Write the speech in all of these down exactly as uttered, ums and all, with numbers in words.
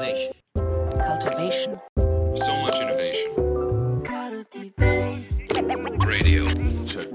Cultivation. Cultivation. So much innovation. Radio. Check.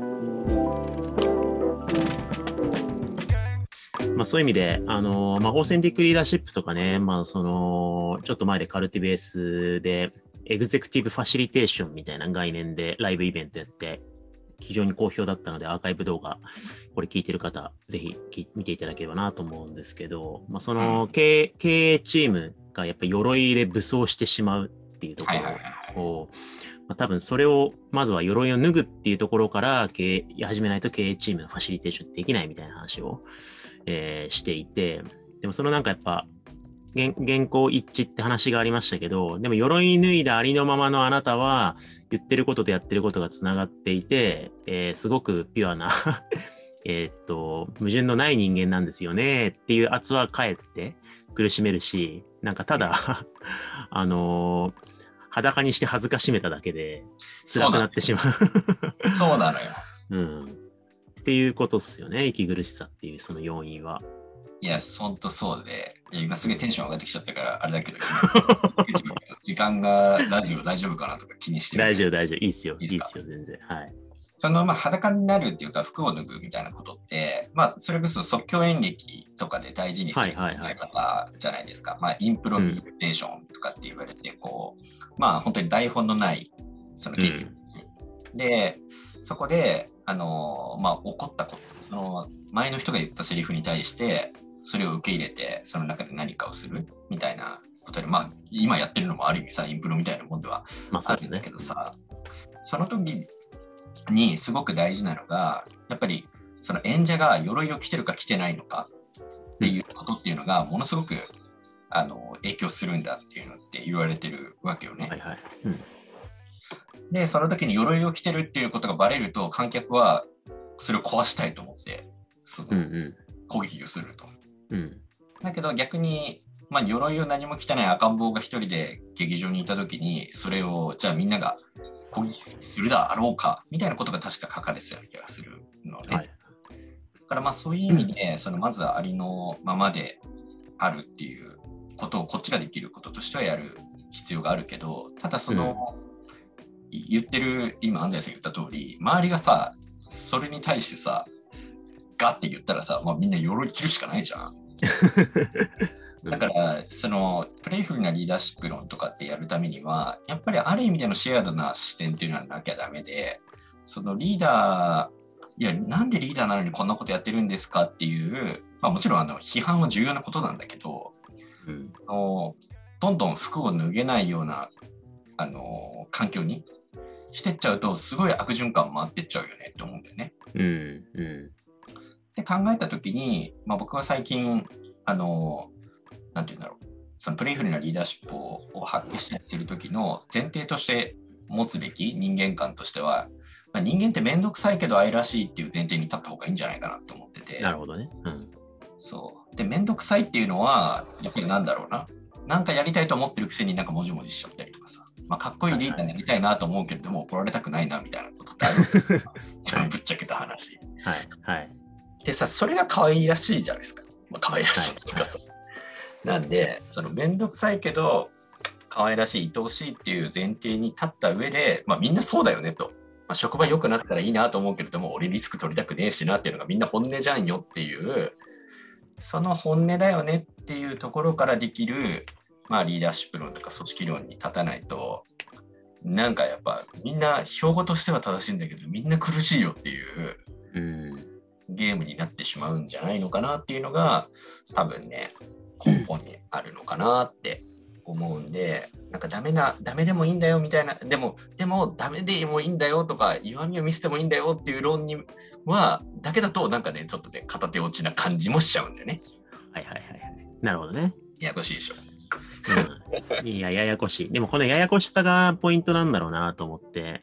まあ、そういう意味で、あのまあ、オーセンティックリーダーシップとかね、まあ、そのちょっと前でカルティベースでエグゼクティブファシリテーションみたいな概念でライブイベントやって非常に好評だったので、アーカイブ動画これ聞いてる方ぜひ見ていただければなと思うんですけど、まあ、その経営、経営チームがやっぱり鎧で武装してしまうっていうところを、まあ、多分それをまずは鎧を脱ぐっていうところから経営始めないと経営チームのファシリテーションできないみたいな話をえー、していて、でもそのなんかやっぱ原稿一致って話がありましたけど、でも鎧脱いだありのままのあなたは言ってることとやってることがつながっていて、えー、すごくピュアなえっと矛盾のない人間なんですよねっていう圧はかえって苦しめるし、なんかただあのー、裸にして恥ずかしめただけで辛くなってしまうそうなのよ。 うんっていうことっすよね、息苦しさっていうその要因は。 いや、ほんとそうで、今すげえテンション上がってきちゃったから、あれだけど、時間がラジオ大丈夫かなとか気にしてる。 大丈夫、大丈夫、いいっすよ、いいっすよ、全然。はい。 その、まあ、裸になるっていうか、服を脱ぐみたいなことって、まあ、それこそ即興演劇とかで大事にする考え方じゃないですか。まあ、インプロビゼーションとかって言われて、こう、うん、まあ、本当に台本のない、その劇、うん、で、そこで、あのまあ、起こったこと、その前の人が言ったセリフに対してそれを受け入れてその中で何かをするみたいなことで、まあ、今やってるのもある意味さインプロみたいなもんではあるんだけどさ、まあ そ, ね、その時にすごく大事なのがやっぱりその演者が鎧を着てるか着てないのかっていうことっていうのがものすごくあの影響するんだっていうのって言われてるわけよね。 はいはい、うん、 で、その時に鎧を着てるっていうことがバレると観客はそれを壊したいと思ってその攻撃をすると、 うんうん、 だけど逆に、まあ、鎧を何も着てない赤ん坊が一人で劇場にいた時にそれをじゃあみんなが攻撃するだろうかみたいなことが確か書かれてた気がするのね、はい、だからまあそういう意味でそのまずはありのままであるっていうことをこっちができることとしてはやる必要があるけど、ただその、うん言ってる今安西さん言った通り周りがさそれに対してさガッて言ったらさ、まあ、みんな鎧着るしかないじゃんだからそのプレイフルなリーダーシップ論とかってやるためにはやっぱりある意味でのシェアードな視点っていうのはなきゃダメで、そのリーダーいやなんでリーダーなのにこんなことやってるんですかっていう、まあ、もちろんあの批判は重要なことなんだけど、うん、あのどんどん服を脱げないようなあの環境にしてっちゃうとすごい悪循環回ってっちゃうよねって思うんだよね。 うんうん、 で考えたときに、まあ、僕は最近あのなんていうんだろうそのプレイフルなリーダーシップを発揮している時の前提として持つべき人間観としては、まあ、人間ってめんどくさいけど愛らしいっていう前提に立った方がいいんじゃないかなと思ってて。 なるほどね。うん、 そうでめんどくさいっていうのはやっぱりなんだろうななんかやりたいと思ってるくせになんかもじもじしちゃったりとかさ。まあ、かっこいいリーダーになりたいなと思うけれども、はいはい、怒られたくないなみたいなことってあるそのぶっちゃけた話、 はいはい、 でさそれが可愛らしいじゃないですか、まあ、可愛らしいとかさ、はいはい、なんでそのめんどくさいけど可愛らしい愛おしいっていう前提に立った上で、まあ、みんなそうだよねと、まあ、職場良くなったらいいなと思うけれども俺リスク取りたくねえしなっていうのがみんな本音じゃんよっていうその本音だよねっていうところからできるまあ、リーダーシップ論とか組織論に立たないとなんかやっぱみんな標語としては正しいんだけどみんな苦しいよっていうゲームになってしまうんじゃないのかなっていうのが多分ね根本にあるのかなって思うんで、なんかダメなダメでもいいんだよみたいなでもでもダメでもいいんだよとか弱みを見せてもいいんだよっていう論にはだけだとなんかねちょっとね片手落ちな感じもしちゃうんだよね。 はいはいはいはい。なるほどね。 ややこしいでしょ。 うん、いやややこしい。でもこのややこしさがポイントなんだろうなと思って、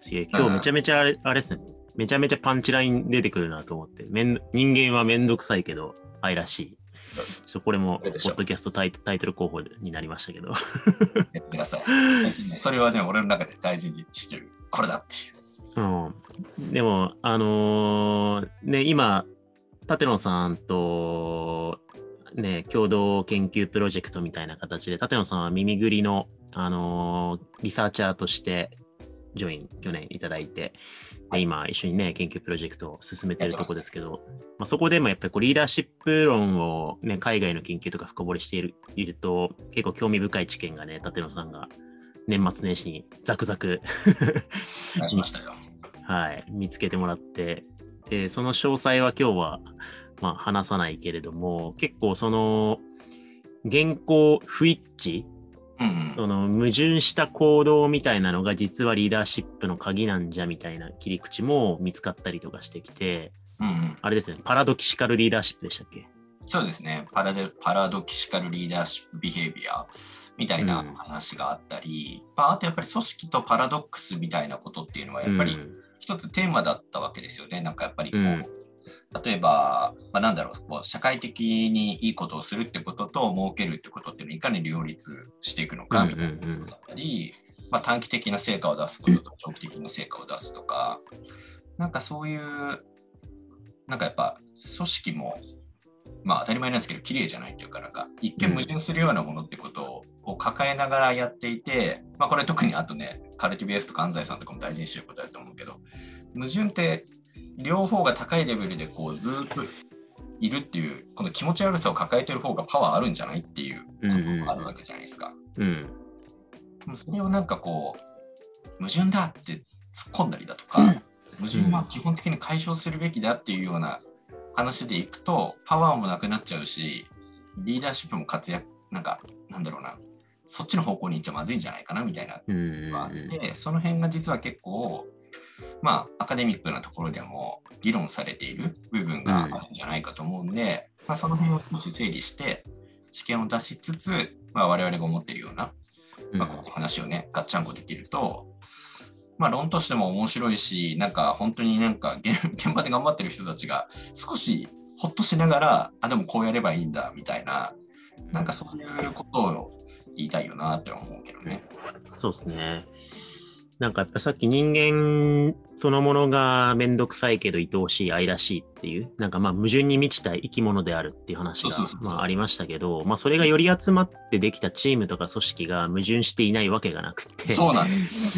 今日めちゃめちゃあれ、あれですね。めちゃめちゃパンチライン出てくるなと思って、めん人間はめんどくさいけど愛らしい。ちょこれもポッドキャストタイタイトル候補になりましたけど。 やってください。それはね俺の中で大事にしてるこれだっていう。 うん、でもあのー、ね今舘野さんとね、共同研究プロジェクトみたいな形で、立野さんは耳ぐりの、あのーリサーチャーとしてジョイン去年いただいて、で今一緒にね、研究プロジェクトを進めてるとこですけど、まあ、そこでもやっぱりこうリーダーシップ論を、ね、海外の研究とか深掘りしているいると、結構興味深い知見がね、立野さんが年末年始にザクザクありましたよ。 はい、見つけてもらって、でその詳細は今日は、まあ、話さないけれども、結構その原稿不一致、 うんうん、 その矛盾した行動みたいなのが実はリーダーシップの鍵なんじゃみたいな切り口も見つかったりとかしてきて、 うんうん、 あれですね、パラドキシカルリーダーシップでしたっけ？ そうですね、パラデパラドキシカルリーダーシップビヘイビアみたいな話があったり、うん、あとやっぱり組織とパラドックスみたいなことっていうのはやっぱり一つテーマだったわけですよね。なんかやっぱりこう、うん、例えば、まあ、なんだろう、社会的にいいことをするってことと儲けるってことっていうのをいかに両立していくのかみたいなことだったり、うんうんうん、まあ、短期的な成果を出すことと長期的な成果を出すとか、なんかそういう、なんかやっぱ組織も、まあ当たり前なんですけど、綺麗じゃないというか、なんか一見矛盾するようなものってことを抱えながらやっていて、まあこれ特にあとね、カルティベースとか安西さんとかも大事にしてることだと思うけど、矛盾って両方が高いレベルでこうずっといるっていう、この気持ち悪さを抱えてる方がパワーあるんじゃないっていうことがあるわけじゃないですか。 うんうん、 でもそれをなんかこう、矛盾だって突っ込んだりだとか、矛盾は基本的に解消するべきだっていうような話でいくと、パワーもなくなっちゃうし、リーダーシップも活躍、なんか、なんだろうな、そっちの方向に行っちゃまずいんじゃないかなみたいなのがあって、その辺が実は結構、まあ、アカデミックなところでも議論されている部分があるんじゃないかと思うんで、まあ、その辺を少し整理して、知見を出しつつ、まあ、我々が思っているような、まあ、この話をね、ガッチャンコできると、まあ、論としても面白いし、なんか本当になんか現場で頑張ってる人たちが少しほっとしながら、あ、でもこうやればいいんだみたいな、なんかそういうことを言いたいよなって思うけどね。 そうですね。なんかやっぱさっき人間そのものがめんどくさいけど愛おしい愛らしいっていう、なんかまあ矛盾に満ちた生き物であるっていう話がまあありましたけど、まあそれがより集まってできたチームとか組織が矛盾していないわけがなくて、 そうなんです。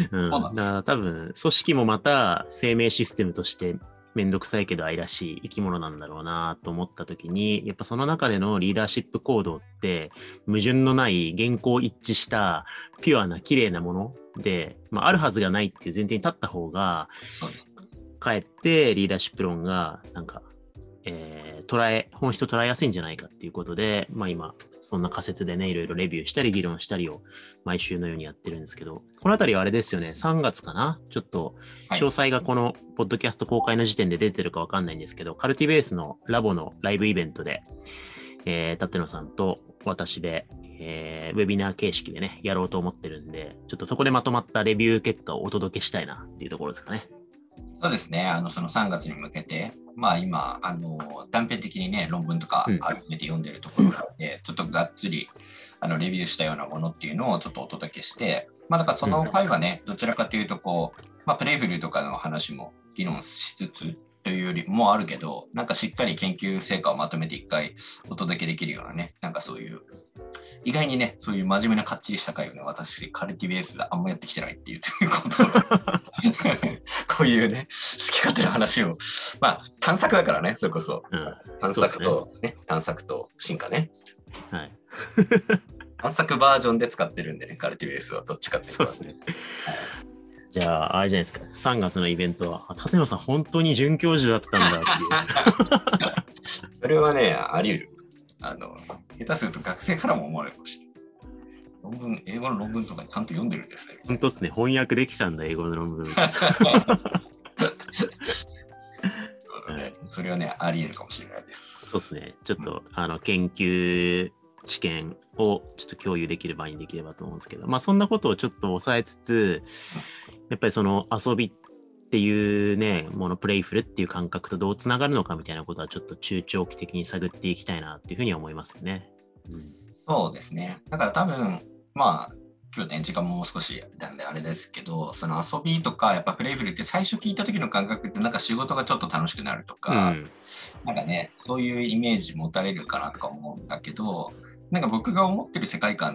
うん、だから多分組織もまた生命システムとしてめんどくさいけど愛らしい生き物なんだろうなと思った時に、やっぱその中でのリーダーシップ行動って矛盾のない原稿一致したピュアな綺麗なもので、まあ、あるはずがないっていう前提に立った方がかえってリーダーシップ論がなんか、えー、捉え本質を捉えやすいんじゃないかっていうことで、まあ、今そんな仮説でねいろいろレビューしたり議論したりを毎週のようにやってるんですけど、このあたりはあれですよね、さんがつかな、ちょっと詳細がこのポッドキャスト公開の時点で出てるかわかんないんですけど、カルティベースのラボのライブイベントで、えー、立野さんと私で、えー、ウェビナー形式でねやろうと思ってるんで、ちょっとそこでまとまったレビュー結果をお届けしたいなっていうところですかね。 そうですね、あのそのさんがつに向けて、まあ今、あの断片的にね、論文とか集めて読んでるところがあって、うん、ちょっとがっつりあのレビューしたようなものっていうのをちょっとお届けして、まあだからその回はね、どちらかというとこう、まあプレイフルとかの話も議論しつつというよりもあるけど、なんかしっかり研究成果をまとめて一回お届けできるようなね、なんかそういう、意外にね、そういう真面目なかっちりした回をね、私、カルティベースであんまやってきてないっていうことを、こういうね、好き勝手な話を、まあ、探索だからね、それこそ。うん、探索と、ねね、探索と進化ね。 はい。 探索バージョンで使ってるんでね、カルティベースはどっちかっていうと。 そうですね。じゃあ、あれじゃないですか、さんがつのイベントは、立野さん、本当に准教授だったんだっていう。 それはね、あり得る。あの、下手すると学生からも思われるかもしれない。論文、英語の論文とかにちゃんと読んでるんですね。 本当ですね、翻訳できたんだ、英語の論文。 そうね、それはね、あり得るかもしれないです。 そうですね、ちょっと、うん、あの研究知見をちょっと共有できる場にできればと思うんですけど、まあそんなことをちょっと抑えつつ、やっぱりその遊びっていうね、ものプレイフルっていう感覚とどうつながるのかみたいなことはちょっと中長期的に探っていきたいなっていうふうには思いますよね。 うん、そうですね。だから多分、まあ、 今日ね、時間ももう少しなんであれですけど、その遊びとか、やっぱプレイフルって最初聞いた時の感覚ってなんか仕事がちょっと楽しくなるとか、うん、なんかね、そういうイメージ持たれるかなとか思うんだけど、なんか僕が思ってる世界観って、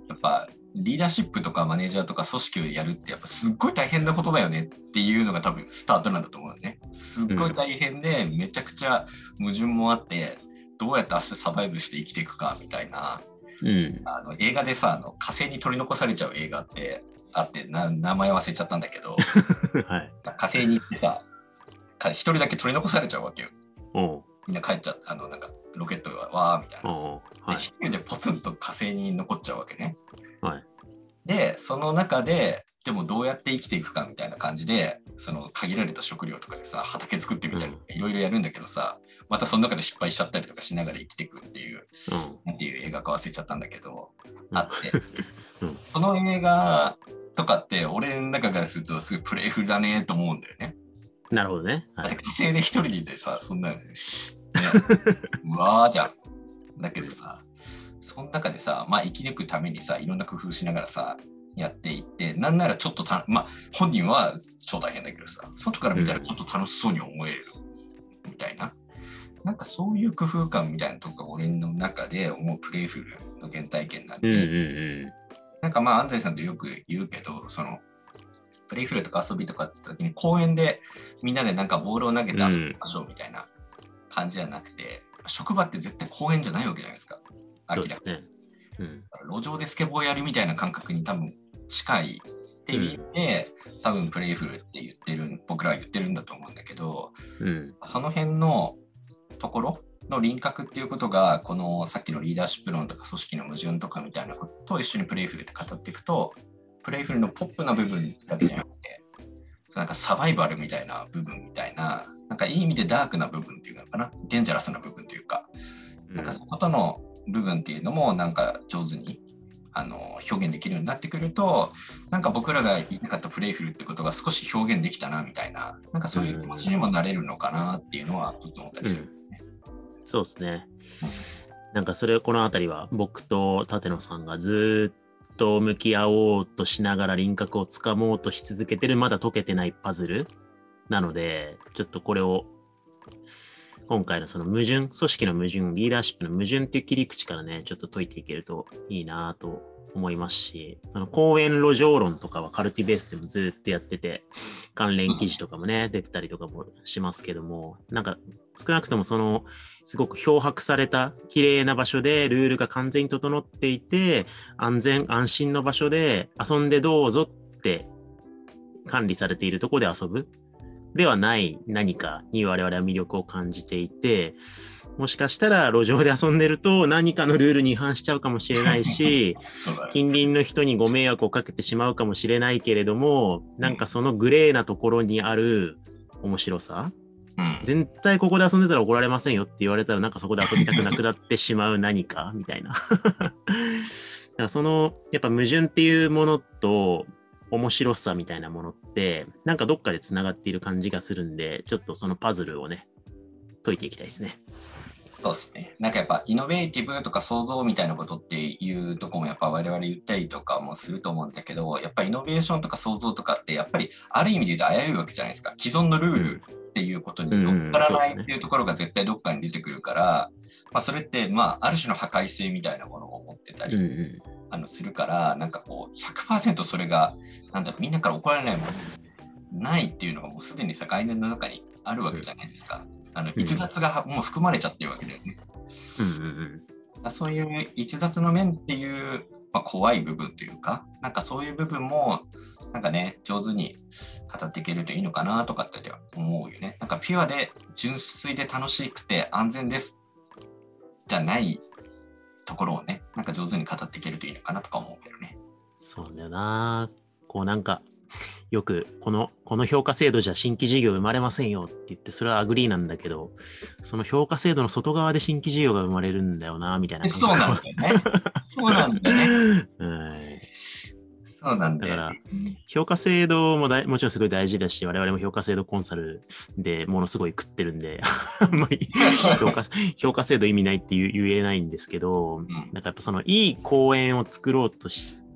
やっぱリーダーシップとかマネージャーとか組織をやるってやっぱすっごい大変なことだよねっていうのが多分スタートなんだと思うね。すっごい大変でめちゃくちゃ矛盾もあって、どうやって明日サバイブして生きていくかみたいな。うん、あの映画でさあの火星に取り残されちゃう映画ってあってな名前忘れちゃったんだけど、はい、火星に行ってさ一人だけ取り残されちゃうわけよ。おみんな帰っちゃったあのなんかロケットがわーみたいな、はい、で一人でポツンと火星に残っちゃうわけね、はい、でその中ででもどうやって生きていくかみたいな感じでその限られた食料とかでさ畑作ってみたりいろいろやるんだけどさ、またその中で失敗しちゃったりとかしながら生きていくっていう、うん、なんていう映画か忘れちゃったんだけど、うん、あって、うん、その映画とかって俺の中からするとすごいプレイフルだねと思うんだよね。 なるほどね。 はい、火星で一人でさそんな、ね、うわーじゃん。だけどさその中でさまあ生き抜くためにさいろんな工夫しながらさやっていってなんならちょっとたまあ本人は超大変だけどさ外から見たらちょっと楽しそうに思えるみたいな、うん、なんかそういう工夫感みたいなとこが俺の中で思うプレイフルの原体験なんで、うんうんうん、なんかまあ安西さんとよく言うけどそのプレイフルとか遊びとかって時に公園でみんなでなんかボールを投げて遊びましょうみたいな感じじゃなくて、うん、職場って絶対公園じゃないわけじゃないですか。明らかに、うん、路上でスケボーやるみたいな感覚に多分近いっていう意味で、うん、多分プレイフルって言ってる僕らは言ってるんだと思うんだけど、うん、その辺のところの輪郭っていうことがこのさっきのリーダーシップ論とか組織の矛盾とかみたいなことと一緒にプレイフルって語っていくとプレイフルのポップな部分だけじゃなくてなんかサバイバルみたいな部分みたいななんかいい意味でダークな部分っていうのかなデンジャラスな部分というか、うん、なんかそことの部分っていうのもなんか上手にあの表現できるようになってくるとなんか僕らが言いたかったプレイフルってことが少し表現できたなみたいななんかそういう気持ちにもなれるのかなっていうのはちょっと思ったりする、ねうん、そうですね、うん、なんかそれこのあたりは僕と舘野さんがずっと向き合おうとしながら輪郭をつかもうとし続けてるまだ解けてないパズルなのでちょっとこれを今回のその矛盾、組織の矛盾、リーダーシップの矛盾っていう切り口からね、ちょっと解いていけるといいなと思いますし、あの公園路上論とかはカルティベースでもずっとやってて、関連記事とかもね、出てたりとかもしますけども、なんか少なくともその、すごく漂白された綺麗な場所でルールが完全に整っていて、安全安心の場所で遊んでどうぞって管理されているところで遊ぶ。ではない何かに我々は魅力を感じていて、もしかしたら路上で遊んでると何かのルールに違反しちゃうかもしれないし、近隣の人にご迷惑をかけてしまうかもしれないけれども、なんかそのグレーなところにある面白さ、うん、絶対ここで遊んでたら怒られませんよって言われたらなんかそこで遊びたくなくなってしまう何かみたいな。だからそのやっぱ矛盾っていうものと面白さみたいなものってなんかどっかでつながっている感じがするんでちょっとそのパズルをね解いていきたいですね。 そうですね。なんかやっぱイノベーティブとか創造みたいなことっていうところもやっぱ我々言ったりとかもすると思うんだけどやっぱイノベーションとか創造とかってやっぱりある意味で言うと危ういわけじゃないですか。既存のルールっていうことに乗っからないっていうところが絶対どっかに出てくるから、まあ、それってまあある種の破壊性みたいなものを持ってたり、うんうんあのするからなんかこう ひゃくパーセント それがなんだろうみんなから怒られないものないっていうのがもうすでにさ概念の中にあるわけじゃないですか。あの逸脱がもう含まれちゃってるわけだよね。うんうんうん、そういう逸脱の面っていう、まあ、怖い部分というかなんかそういう部分もなんかね上手に語っていけるといいのかなとかって思うよね。なんかピュアで純粋で楽しくて安全ですじゃないところをね、なんか上手に語っていけるといいのかなとか思うけどね。 そうだよな。こうなんかよくこのこの評価制度じゃ新規事業生まれませんよって言ってそれはアグリーなんだけど、その評価制度の外側で新規事業が生まれるんだよなみたいな感じ。 そうなんだよね。そうなんだよね。はい。そうなんだよ、ね。 だから評価制度もだいもちろんすごい大事だし、我々も評価制度コンサルでものすごい食ってるんで、あんまり評価評価制度意味ないって言えないんですけど、うん、なんかやっぱそのいい公園を作ろうと し,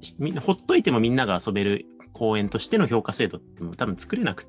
みんなほっといてもみんなが遊べる公園としての評価制度って多分作れなくって、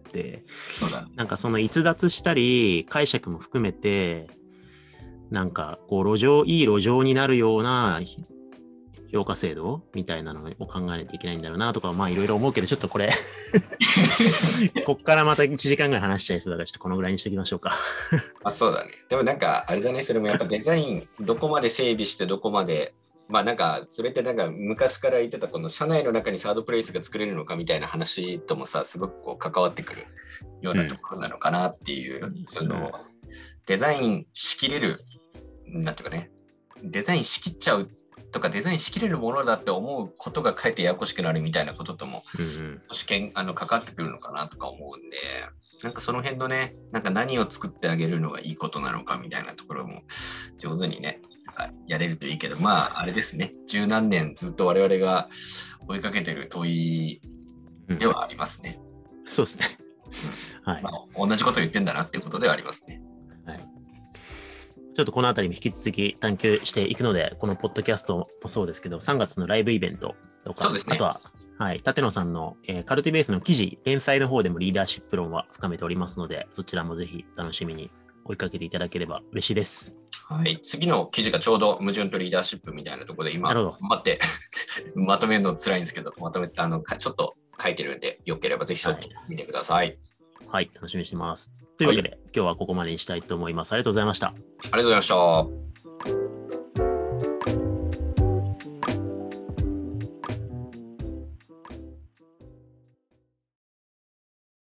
そうだね。 なんかその逸脱したり解釈も含めて、なんかこう路上、いい路上になるような評価制度みたいなのを考えないといけないんだろうなとか、まあいろいろ思うけど、ちょっとこれ、こっからまたいちじかんぐらい話しちゃいそうだから、ちょっとこのぐらいにしておきましょうか。 あ、そうだね。でもなんか、あれだね、それもやっぱデザイン、どこまで整備して、どこまで、まあなんか、それってなんか昔から言ってた、この社内の中にサードプレイスが作れるのかみたいな話ともさ、すごくこう関わってくるようなところなのかなっていう、うん、その、デザインしきれる、なんていうかね、デザインしきっちゃうとか、デザインしきれるものだって思うことがかえってややこしくなるみたいなこととも、試験、あの、関わってくるのかなとか思うんで、なんかその辺のね、なんか何を作ってあげるのがいいことなのかみたいなところも上手にね、やれるといいけど、まあ、あれですね、十何年ずっと我々が追いかけてる問いではありますね。 うん、そうですね。 うん、はい、まあ。同じこと言ってんだなっていうことではありますね。 はい。ちょっとこのあたりも引き続き探求していくので、このポッドキャストもそうですけど、さんがつのライブイベントとか、ね、あとは、はい、立野さんの、えー、カルティベースの記事、連載の方でもリーダーシップ論は深めておりますので、そちらもぜひ楽しみに追いかけていただければ嬉しいです。 はい、次の記事がちょうど矛盾とリーダーシップみたいなところで今、待ってまとめるの辛いんですけど、まとめてあのちょっと書いてるんで、よければぜひそっち見てください。 はい、はい、楽しみにしてます。というわけで、はい、今日はここまでにしたいと思います。ありがとうございました。ありがとうございました。